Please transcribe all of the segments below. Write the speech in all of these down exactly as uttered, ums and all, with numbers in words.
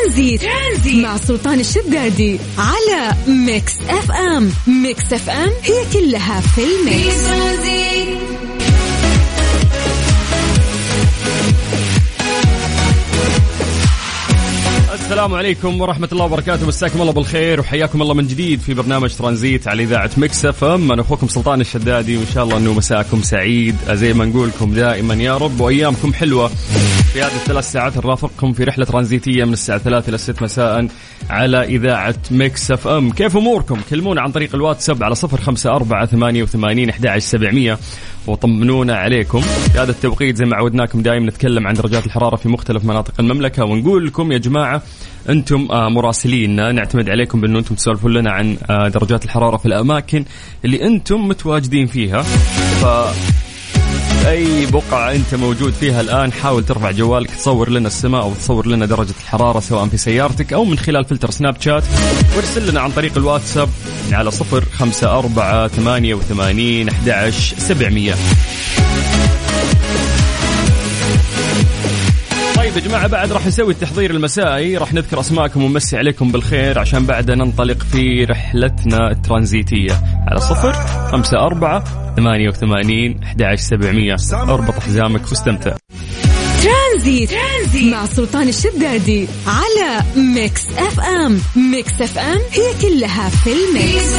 ترانزيت, ترانزيت مع سلطان الشدادي على ميكس اف ام. ميكس اف ام هي كلها في الميكس. السلام عليكم ورحمة الله وبركاته، مساكم الله بالخير وحياكم الله من جديد في برنامج ترانزيت على إذاعة ميكس اف ام. أنا أخوكم سلطان الشدادي، وإن شاء الله أنه مساكم سعيد زي ما نقولكم دائما يا رب، وأيامكم حلوة في هذه الثلاث ساعات نرافقكم في رحلة ترانزيتية من الساعة ثلاثة إلى ستة مساء على إذاعة ميكس اف ام. كيف أموركم؟ كلمونا عن طريق الواتساب على صفر خمسة أربعة ثمانية وثمانين أحد عشر سبعمية وطمنونا عليكم. في هذا التوقيت زي ما عودناكم دائما نتكلم عن درجات الحرارة في مختلف مناطق المملكة، ونقول لكم يا جماعة أنتم مراسلين، نعتمد عليكم بأنه أنتم تسولفون لنا عن درجات الحرارة في الأماكن اللي أنتم متواجدين فيها. ف أي بقعة أنت موجود فيها الآن حاول ترفع جوالك تصور لنا السماء أو تصور لنا درجة الحرارة سواء في سيارتك أو من خلال فلتر سناب شات، وارسل لنا عن طريق الواتساب على صفر خمسة أربعة ثمانية وثمانين أحد عشر سبعمية. طيب يا جماعة، بعد راح نسوي التحضير المسائي، راح نذكر أسماءكم ونمسي عليكم بالخير عشان بعد ننطلق في رحلتنا الترانزيتية على صفر خمسة أربعة ثمانية وثمانين أحد عشر سبعمية. اربط حزامك واستمتع. ترانزيت, ترانزيت مع سلطان الشدادي على ميكس اف ام. ميكس اف ام هي كلها في الميكس.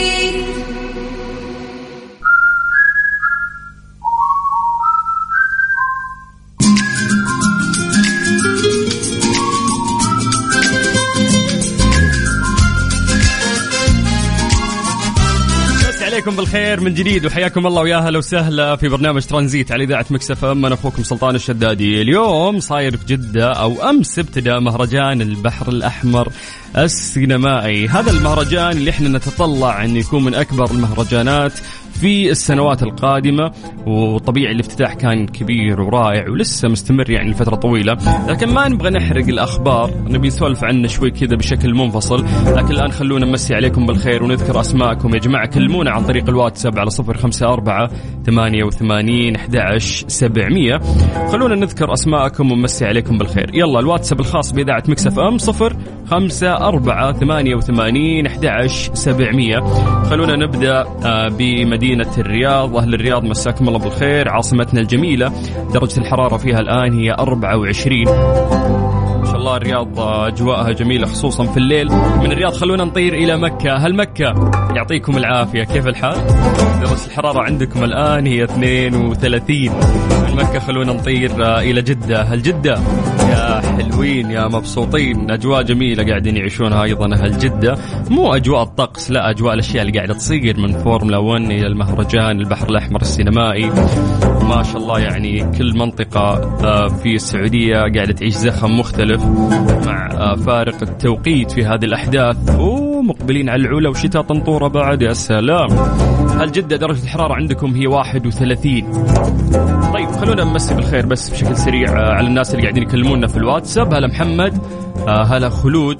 عليكم بالخير من جديد وحياكم الله ويا اهلا وسهلا في برنامج ترانزيت على إذاعة ميكس اف ام. أنا أخوكم سلطان الشدادي. اليوم صاير في جدة أو أمس ابتدأ مهرجان البحر الأحمر السينمائي. هذا المهرجان اللي احنا نتطلع أن يكون من أكبر المهرجانات في السنوات القادمة، وطبيعي الافتتاح كان كبير ورائع ولسه مستمر يعني لفترة طويلة، لكن ما نبغى نحرق الأخبار، نبي نسولف عنه شوي كذا بشكل منفصل. لكن الآن خلونا نمسي عليكم بالخير ونذكر أسماءكم يا جماعة. كلمونا عن طريق الواتساب على صفر خمسة أربعة ثمانية وثمانين أحد عشر سبعمية. خلونا نذكر أسماءكم ونمسي عليكم بالخير. يلا الواتساب الخاص بإذاعة ميكس اف ام صفر خمسة أربعة ثمانية وثمانين أحد عشر سبعمية. خلونا نبدأ بمدينة الرياض. أهل الرياض مساكم الله بالخير، عاصمتنا الجميلة. درجة الحرارة فيها الآن هي أربعة وعشرين. ما شاء الله الرياض أجواءها جميلة خصوصا في الليل. من الرياض خلونا نطير إلى مكة. هل مكة يعطيكم العافية، كيف الحال؟ درجة الحرارة عندكم الآن هي اثنين وثلاثين. من مكة خلونا نطير إلى جدة. هل جدة يا حلوين يا مبسوطين، أجواء جميلة قاعدين يعيشونها أيضا أهل جدة. مو أجواء الطقس، لا أجواء الأشياء اللي قاعدة تصير من فورمولا واحد إلى المهرجان البحر الأحمر السينمائي. ما شاء الله يعني كل منطقة في السعودية قاعدة تعيش زخم مختلف مع فارق التوقيت في هذه الأحداث، ومقبلين على العلا وشتاء طنطورة بعد. يا سلام. هل جدة درجة الحرارة عندكم هي واحد وثلاثين. طيب خلونا نمسي بالخير بس بشكل سريع على الناس اللي قاعدين يكلمونا في الواتساب. هلا محمد، هلا خلود،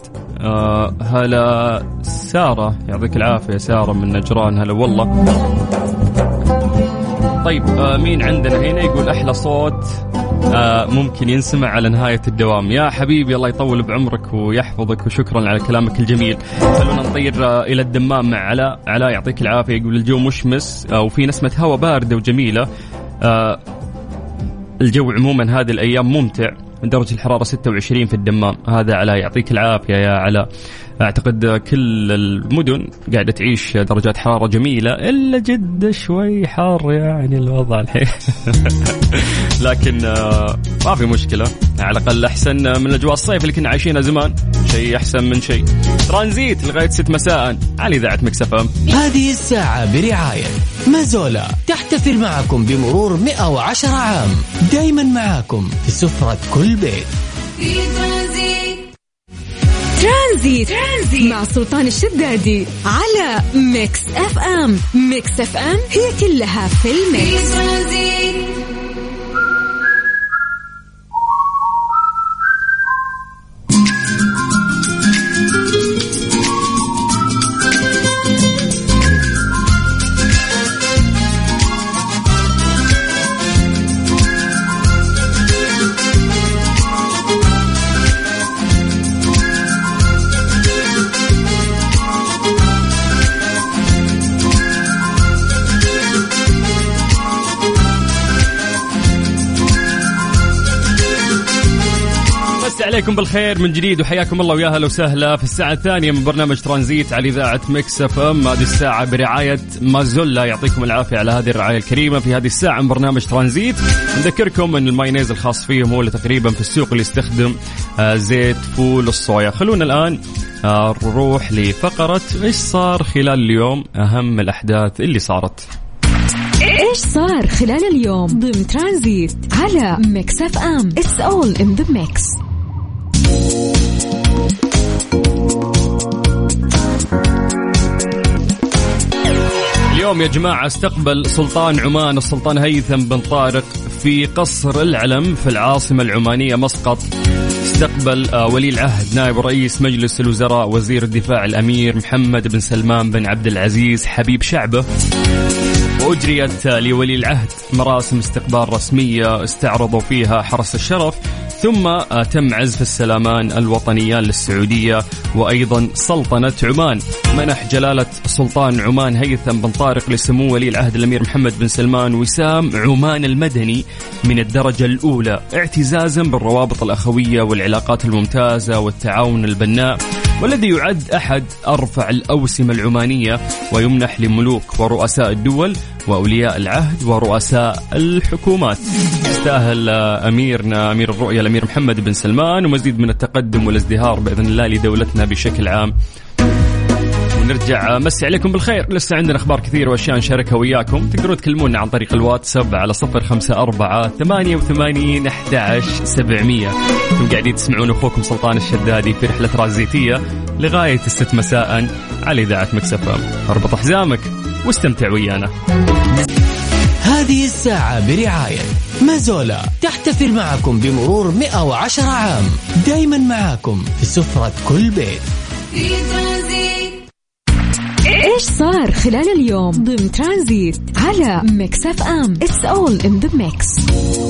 هلا سارة، يعطيك العافية سارة من نجران، هلا والله. طيب مين عندنا هنا يقول أحلى صوت ممكن ينسمع على نهاية الدوام. يا حبيبي الله يطول بعمرك ويحفظك وشكرا على كلامك الجميل. خلونا نطير إلى الدمام مع علاء. علاء يعطيك العافية يقول الجو مشمس وفي نسمة هواء باردة وجميلة. الجو عموما هذه الأيام ممتع. درجة الحرارة ستة وعشرين في الدمام. هذا علاء يعطيك العافية يا علاء. أعتقد كل المدن قاعدة تعيش درجات حرارة جميلة إلا جدة شوي حار يعني الوضع الحين. لكن ما في مشكلة، على الأقل أحسن من الأجواء الصيف اللي كنا عايشينها زمان، شيء أحسن من شيء. ترانزيت لغاية ستة مساء على إذاعة ميكس اف ام. هذه الساعة برعاية مازولا، تحتفل معكم بمرور مئة وعشرة عام، دايما معكم في سفرة كل بيت. ترانزيت, ترانزيت مع سلطان الشدادي على ميكس اف ام. ميكس اف ام هي كلها في الميكس. عليكم بالخير من جديد وحياكم الله ويا هلا وسهلا في الساعة الثانية من برنامج ترانزيت على إذاعة ميكس اف ام. هذه الساعة برعاية مازولا، يعطيكم العافية على هذه الرعاية الكريمة في هذه الساعة من برنامج ترانزيت. نذكركم أن المايونيز الخاص فيهم هو اللي تقريبا في السوق اللي يستخدم زيت فول الصويا. خلونا الآن نروح لفقرة إيش صار خلال اليوم، أهم الأحداث اللي صارت. إيش صار خلال اليوم ضمن ترانزيت على ميكس اف ام. It's all in the mix. اليوم يا جماعة استقبل سلطان عمان السلطان هيثم بن طارق في قصر العلم في العاصمة العمانية مسقط. استقبل ولي العهد نائب رئيس مجلس الوزراء وزير الدفاع الأمير محمد بن سلمان بن عبد العزيز حبيب شعبه، وأجريت لولي العهد مراسم استقبال رسمية استعرضوا فيها حرس الشرف، ثم تم عزف السلامان الوطنيان للسعودية وأيضا سلطنة عمان. منح جلالة سلطان عمان هيثم بن طارق لسمو ولي العهد الأمير محمد بن سلمان وسام عمان المدني من الدرجة الأولى، اعتزازا بالروابط الأخوية والعلاقات الممتازة والتعاون البناء، والذي يعد أحد أرفع الأوسمة العمانية، ويمنح لملوك ورؤساء الدول وأولياء العهد ورؤساء الحكومات. يستاهل أميرنا أمير الرؤية الأمير محمد بن سلمان ومزيد من التقدم والازدهار بإذن الله لدولتنا بشكل عام. ونرجع مسي عليكم بالخير، لسه عندنا أخبار كثير وأشياء نشاركها وياكم. تقدرون تكلمونا عن طريق الواتساب على صفر خمسة أربعة ثمانية وثمانين أحد عشر سبعمية. كنتم قاعدين تسمعون أخوكم سلطان الشدادي في رحلة ترانزيتية لغاية الست مساء على إذاعة ميكس اف ام. اربط حزامك واستمتع ويانا. هذه الساعة برعاية مازولا، تحتفل معكم بمرور مئة وعشرة عام، دايما معكم في سفرة كل بيت. إيش صار خلال اليوم ضمن ترانزيت على ميكس اف ام. It's all in the mix.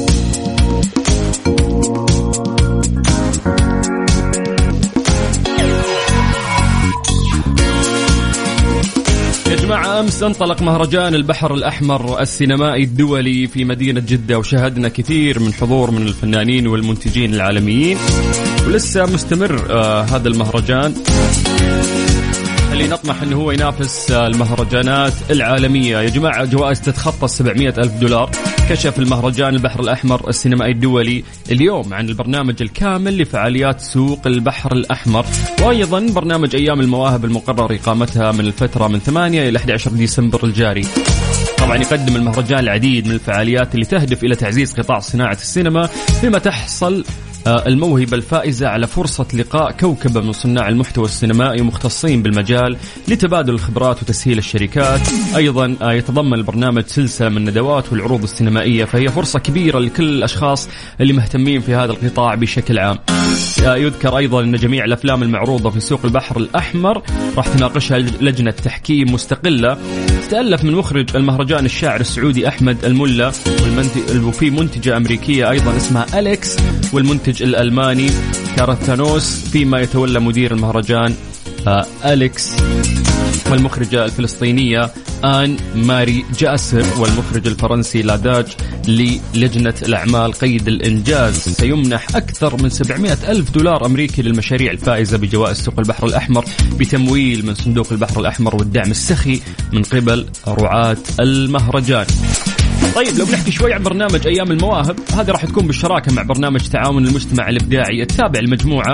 يا جماعة أمس انطلق مهرجان البحر الأحمر السينمائي الدولي في مدينة جدة، وشاهدنا كثير من حضور من الفنانين والمنتجين العالميين، ولسه مستمر آه هذا المهرجان اللي نطمح أنه هو ينافس المهرجانات العالمية. يا جماعة جوائز تتخطى سبعمائة ألف دولار. كشف المهرجان البحر الأحمر السينمائي الدولي اليوم عن البرنامج الكامل لفعاليات سوق البحر الأحمر، وأيضا برنامج أيام المواهب المقرر إقامتها من الفترة من ثمانية إلى أحد عشر ديسمبر الجاري. طبعا يقدم المهرجان العديد من الفعاليات اللي تهدف إلى تعزيز قطاع صناعة السينما، بما تحصل الموهبة الفائزة على فرصة لقاء كوكبة من صناع المحتوى السينمائي مختصين بالمجال لتبادل الخبرات وتسهيل الشركات. أيضا يتضمن البرنامج سلسلة من الندوات والعروض السينمائية، فهي فرصة كبيرة لكل الأشخاص اللي مهتمين في هذا القطاع بشكل عام. يذكر أيضا أن جميع الأفلام المعروضة في سوق البحر الأحمر راح تناقشها لجنة تحكيم مستقلة تتألف من مخرج المهرجان الشاعر السعودي أحمد الملا، وفي منتجة أمريكية أيضا اسمها أليكس، والمنتج الألماني كارثانوس، فيما يتولى مدير المهرجان أليكس، والمخرجة الفلسطينية آن ماري جاسر، والمخرج الفرنسي لاداج للجنة الأعمال قيد الإنجاز. سيمنح أكثر من سبعمائة ألف دولار أمريكي للمشاريع الفائزة بجوائز سوق البحر الأحمر بتمويل من صندوق البحر الأحمر والدعم السخي من قبل رعاة المهرجان. طيب لو بنحكي شوي عن برنامج أيام المواهب، هذا راح تكون بالشراكة مع برنامج تعاون المجتمع الإبداعي التابع لمجموعة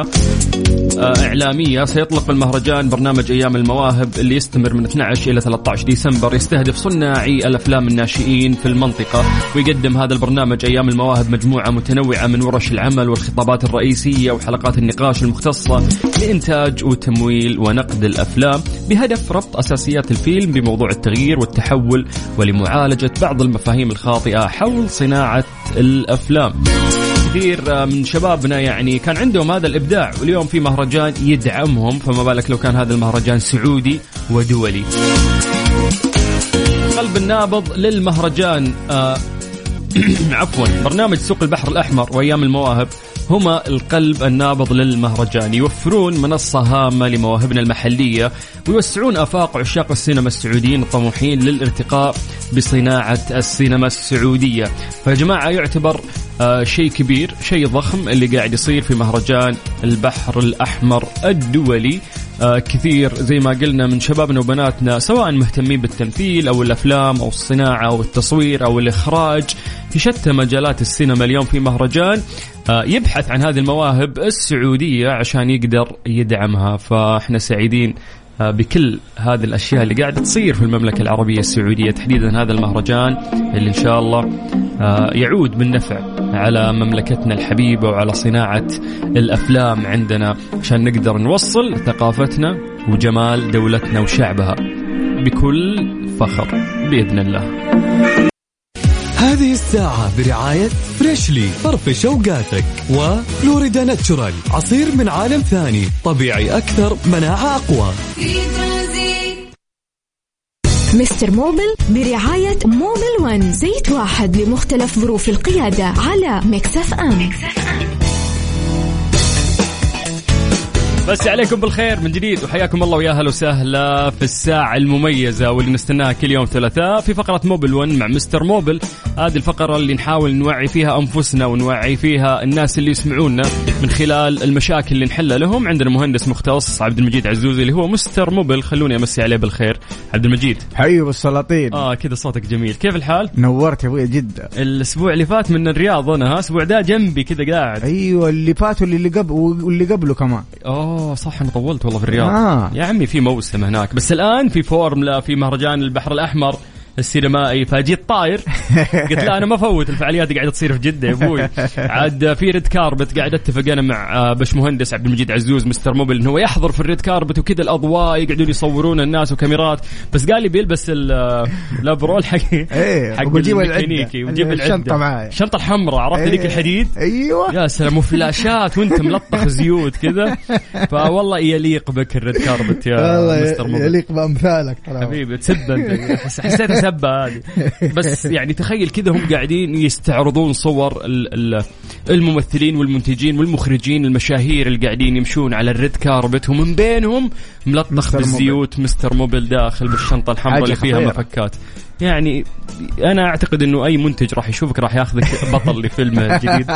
إعلامية. سيطلق المهرجان برنامج أيام المواهب اللي يستمر من اثني عشر إلى ثلاثة عشر ديسمبر، يستهدف صناعي الأفلام الناشئين في المنطقة. ويقدم هذا البرنامج أيام المواهب مجموعة متنوعة من ورش العمل والخطابات الرئيسية وحلقات النقاش المختصة لإنتاج وتمويل ونقد الأفلام، بهدف ربط أساسيات الفيلم بموضوع التغيير والتحول ولمعالجة بعض المفاهيم الخاطئة حول صناعة الأفلام. كثير من شبابنا يعني كان عندهم هذا الإبداع، واليوم في مهرجان يدعمهم، فما بالك لو كان هذا المهرجان سعودي ودولي. قلب النابض للمهرجان آه عفوا برنامج سوق البحر الأحمر وأيام المواهب هما القلب النابض للمهرجان، يوفرون منصة هامة لمواهبنا المحلية ويوسعون آفاق عشاق السينما السعوديين الطموحين للارتقاء بصناعة السينما السعودية. فيا جماعة يعتبر آه شيء كبير، شيء ضخم اللي قاعد يصير في مهرجان البحر الأحمر الدولي. آه كثير زي ما قلنا من شبابنا وبناتنا سواء مهتمين بالتمثيل أو الأفلام أو الصناعة أو التصوير أو الإخراج في شتى مجالات السينما اليوم في مهرجان آه يبحث عن هذه المواهب السعودية عشان يقدر يدعمها. فاحنا سعيدين بكل هذه الأشياء اللي قاعدة تصير في المملكة العربية السعودية، تحديدا هذا المهرجان اللي إن شاء الله يعود بالنفع على مملكتنا الحبيبة وعلى صناعة الأفلام عندنا عشان نقدر نوصل ثقافتنا وجمال دولتنا وشعبها بكل فخر بإذن الله. هذه الساعة برعاية فريشلي، فرفش أوقاتك، وفلوريدا ناتشورال، عصير من عالم ثاني، طبيعي أكثر، مناعة أقوى. مستر موبل برعاية موبل ون، زيت واحد لمختلف ظروف القيادة على ميكس اف ام. بس عليكم بالخير من جديد وحياكم الله ويا هلا وسهلا في الساعة المميزة واللي نستناها كل يوم ثلاثاء في فقرة موبل ون مع مستر موبل. هذه الفقرة اللي نحاول نوعي فيها أنفسنا ونوعي فيها الناس اللي يسمعونا من خلال المشاكل اللي نحلها لهم. عندنا مهندس مختص عبد المجيد عزوزي اللي هو مستر موبل، خلوني أمسي عليه بالخير. عبد المجيد حيو بالسلاطين. آه كذا صوتك جميل، كيف الحال؟ نورت يا أبوي جدا. الأسبوع اللي فات من الرياض أنا، ها أسبوع ده جنبي كذا قاعد. أيوة اللي فات واللي قبل واللي قبله كمان. أوه صح أنا طولت والله في الرياض. آه. يا عمي في موسم هناك، بس الآن في فورمولا في مهرجان البحر الأحمر السينمائي، فجيت طاير قلت لا أنا ما فوت الفعاليات قاعدة تصير في جدة يا أبوي. عاد في ريد كاربت قاعد اتفق أنا مع باش مهندس عبد المجيد عزوز مستر موبل إنه هو يحضر في الريد كاربت وكذا، الأضواء يقعدون يصورون الناس وكاميرات، بس قال لي بيلبس الابرول حق حق الميكانيكي وجيب الشنطة معايا، الشنطة الحمراء عرفت ذيك الحديد. أيوة يا سلام وفلاشات وانت ملطخ زيوت كذا، فوالله يليق بك الريد كاربت يا مستر موبل، يليق بأمثالك حبيبي. تسبن حسيت سبة هذه بس يعني تخيل كذا هم قاعدين يستعرضون صور الممثلين والمنتجين والمخرجين المشاهير اللي قاعدين يمشون على الريد كاربت ومن بينهم ملطخ بالزيوت مستر موبل داخل بالشنطة الحمراء اللي فيها مفكات. يعني أنا أعتقد إنه أي منتج راح يشوفك راح ياخذك بطل لفيلم جديد.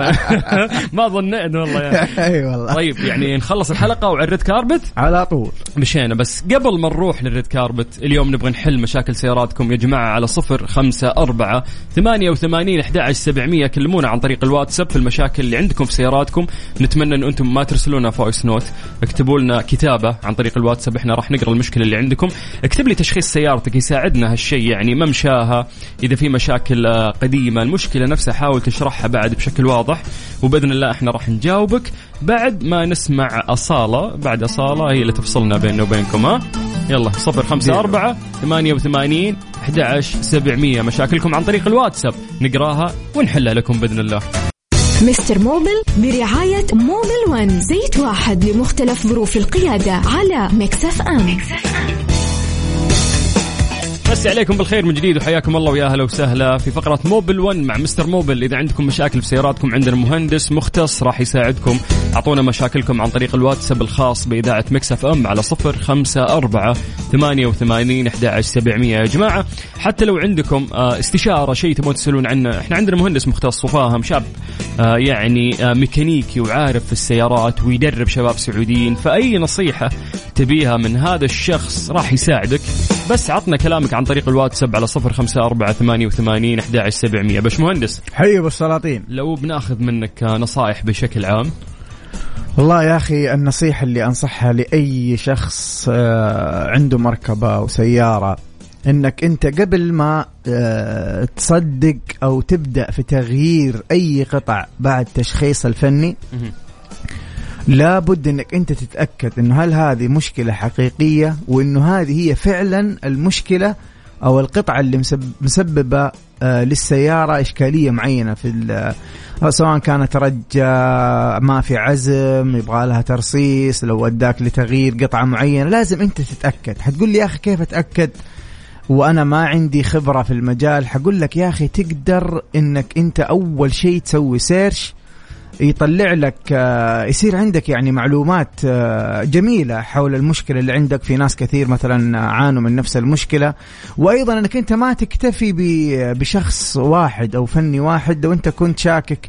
ما ظنيت والله يعني. أي والله. طيب يعني نخلص الحلقة وعلى الريد كاربت على طول مشينا. بس قبل ما نروح للريد كاربت اليوم نبغى نحل مشاكل سياراتكم يا جماعة على صفر خمسة أربعة ثمانية وثمانين أحد عشر سبعمية. كلمونا عن طريق الواتساب في المشاكل اللي عندكم في سياراتكم. نتمنى إن أنتم ما ترسلونا فويس نوت، اكتبوا لنا كتابة عن طريق الواتساب، إحنا راح نقرأ المشكلة اللي عندكم. اكتب لي تشخيص سيارتك يساعدنا هالشيء، يعني ممشاها، إذا في مشاكل قديمة المشكلة نفسها حاول تشرحها بعد بشكل واضح، وبإذن الله إحنا راح نجاوبك بعد ما نسمع أصالة. بعد أصالة هي اللي تفصلنا بيننا وبينكم. ها يلا صفر خمسة أربعة ثمانية وثمانين أحد عشر سبعمية. مشاكلكم عن طريق الواتساب نقراها ونحلها لكم بإذن الله. مستر موبل برعاية موبل ون، زيت واحد لمختلف ظروف القيادة على ميكس اف ام. بس عليكم بالخير من جديد وحياكم الله ويا هلا وسهلا في فقرة موبل ون مع مستر موبل. إذا عندكم مشاكل في سياراتكم عندنا مهندس مختص راح يساعدكم. أعطونا مشاكلكم عن طريق الواتساب الخاص بإذاعة ميكس اف ام على صفر خمسة أربعة ثمانية وثمانين أحد عشر سبعمية. يا جماعة حتى لو عندكم استشارة شيء تبون تسألون عنه، احنا عندنا مهندس مختص وفاهم شاب يعني ميكانيكي وعارف في السيارات ويدرب شباب سعوديين، فأي نصيحة تبيها من هذا الشخص راح يساعدك. بس عطنا كلامك عن طريق الواتساب على صفر خمسة أربعة ثمانية وثمانين أحد عشر سبعمية. باش مهندس حيو بالسلاطين، لو بناخذ منك نصائح بشكل عام. والله يا أخي النصيحة اللي أنصحها لأي شخص عنده مركبة وسيارة، إنك أنت قبل ما تصدق أو تبدأ في تغيير أي قطع بعد تشخيص الفني لابد انك انت تتأكد انه هل هذه مشكلة حقيقية، وانه هذه هي فعلا المشكلة او القطعة اللي مسببة للسيارة اشكالية معينة في سواء كانت رجة ما في عزم يبغى لها ترصيص، لو وداك لتغيير قطعة معينة لازم انت تتأكد. حتقول لي يا اخي كيف اتأكد وانا ما عندي خبرة في المجال؟ حقول لك يا اخي تقدر انك انت اول شيء تسوي سيرش يطلع لك يصير عندك يعني معلومات جميلة حول المشكلة اللي عندك. في ناس كثير مثلا عانوا من نفس المشكلة. وأيضا أنك أنت ما تكتفي بشخص واحد أو فني واحد. لو أنت كنت شاكك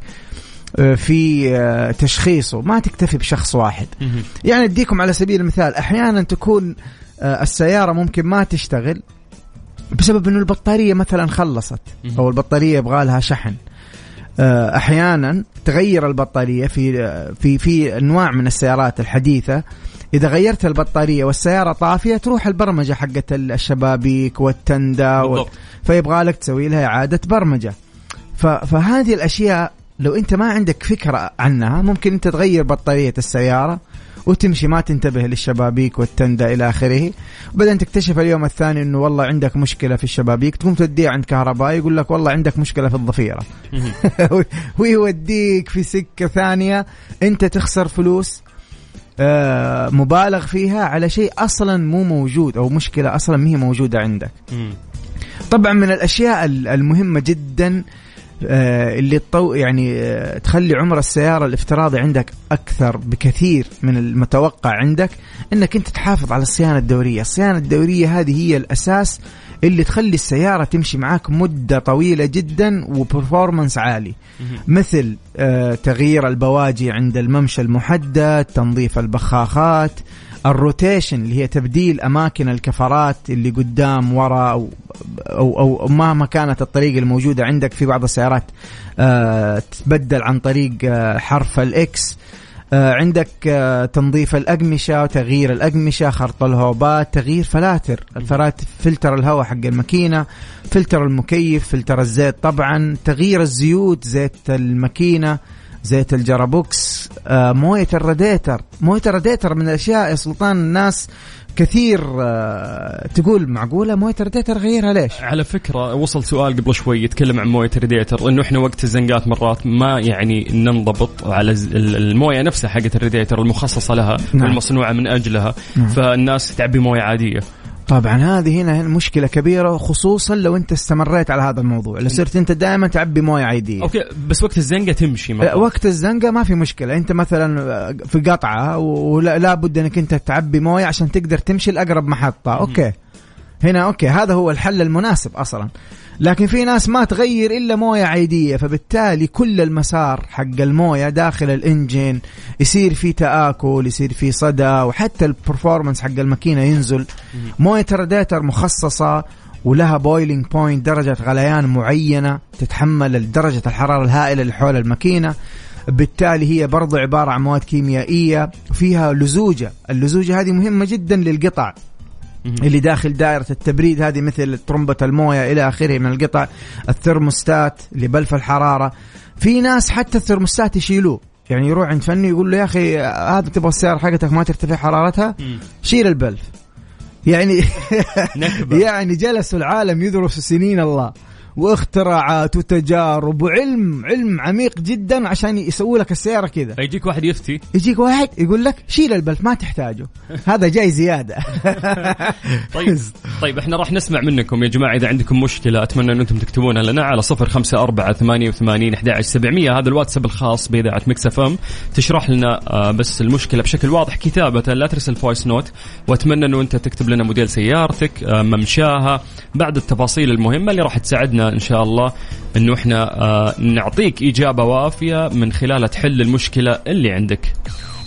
في تشخيصه ما تكتفي بشخص واحد. يعني أديكم على سبيل المثال أحيانا تكون السيارة ممكن ما تشتغل بسبب أنه البطارية مثلا خلصت أو البطارية يبغى لها شحن. أحيانا تغير البطارية في في في أنواع من السيارات الحديثة. إذا غيرت البطارية والسيارة طافية تروح البرمجة حقت الشبابيك والتندة و... فيبغى لك تسوي لها إعادة برمجة. ف... فهذه الأشياء لو أنت ما عندك فكرة عنها ممكن أنت تغير بطارية السيارة وتمشي ما تنتبه للشبابيك والتندة إلى آخره. وبعدين تكتشف اليوم الثاني إنه والله عندك مشكلة في الشبابيك. تقوم توديه عند كهربائي يقول لك والله عندك مشكلة في الضفيرة ويوديك في سكة ثانية. أنت تخسر فلوس آه مبالغ فيها على شيء أصلا مو موجود أو مشكلة أصلا ما هي موجودة عندك. طبعا من الأشياء المهمة جدا اللي تطو يعني تخلي عمر السيارة الافتراضي عندك أكثر بكثير من المتوقع عندك أنك أنت تحافظ على الصيانة الدورية. الصيانة الدورية هذه هي الأساس اللي تخلي السيارة تمشي معاك مدة طويلة جدا وبرفورمانس عالي. مثل تغيير البواجي عند الممشى المحدد، تنظيف البخاخات، الروتيشن اللي هي تبديل أماكن الكفرات اللي قدام ورا أو, أو, أو مهما كانت الطريقة الموجودة عندك. في بعض السيارات آه تبدل عن طريق آه حرف الإكس. آه عندك آه تنظيف الأقمشة وتغيير الأقمشة، خرط الهوبات، تغيير فلاتر الفلاتر فلتر الهواء حق الماكينة، فلتر المكيف، فلتر الزيت، طبعا تغيير الزيوت، زيت الماكينة، زيت الجرابوكس، آه، موية الراديتر. موية الراديتر من الأشياء يا سلطان الناس كثير آه، تقول معقولة موية الراديتر غيرها ليش؟ على فكرة وصل سؤال قبل شوي يتكلم عن موية الراديتر إنه إحنا وقت الزنقات مرات ما يعني ننضبط على الموية نفسها حقت الراديتر المخصصة لها. نعم. والمصنوعة من أجلها. نعم. فالناس تعبي موية عادية. طبعا هذه هنا مشكلة كبيرة خصوصا لو انت استمريت على هذا الموضوع. لو صرت انت دائما تعبي موية عادية. اوكي بس وقت الزنقة تمشي مرة. وقت الزنقة ما في مشكلة. انت مثلا في قطعة ولا بد انك انت تعبي موية عشان تقدر تمشي الأقرب محطة. اوكي هنا اوكي هذا هو الحل المناسب اصلا. لكن في ناس ما تغير إلا موية عادية، فبالتالي كل المسار حق الموية داخل الإنجين يصير فيه تآكل، يصير فيه صدى، وحتى البرفورمانس حق الماكينة ينزل. موية الراديتر مخصصة ولها بويلينج بوينت، درجة غليان معينة تتحمل درجة الحرارة الهائلة اللي حول الماكينة. بالتالي هي برضو عبارة عن مواد كيميائية فيها لزوجة. اللزوجة هذه مهمة جدا للقطع اللي داخل دائرة التبريد، هذه مثل طرمبة الموية إلى آخره من القطع. الثرموستات اللي بلف الحرارة، في ناس حتى الثرموستات يشيلوه، يعني يروح عند فني يقول له يا أخي هذا تبغى السيارة حقتك ما ترتفع حرارتها، شيل البلف. يعني يعني جلسوا العالم يدرس سنين الله واختراعات وتجارب وعلم علم عميق جدا عشان يسوي لك السيارة كذا. يجيك واحد يفتي، يجيك واحد يقول لك شيل البلف ما تحتاجه، هذا جاي زيادة. طيب طيب احنا راح نسمع منكم يا جماعة. إذا عندكم مشكلة أتمنى أن أنتم تكتبونها لنا على صفر خمسة أربعة ثمانية وثمانين أحد عشر سبعمية. هذا الواتساب الخاص بإذاعة ميكس إف إم. تشرح لنا بس المشكلة بشكل واضح كتابة، لا ترسل فويس نوت. وأتمنى أنه أنت تكتب لنا موديل سيارتك، ممشاها، بعد التفاصيل المهمة اللي راح تساعدنا إن شاء الله إنه إحنا نعطيك إجابة وافية من خلال تحل المشكلة اللي عندك.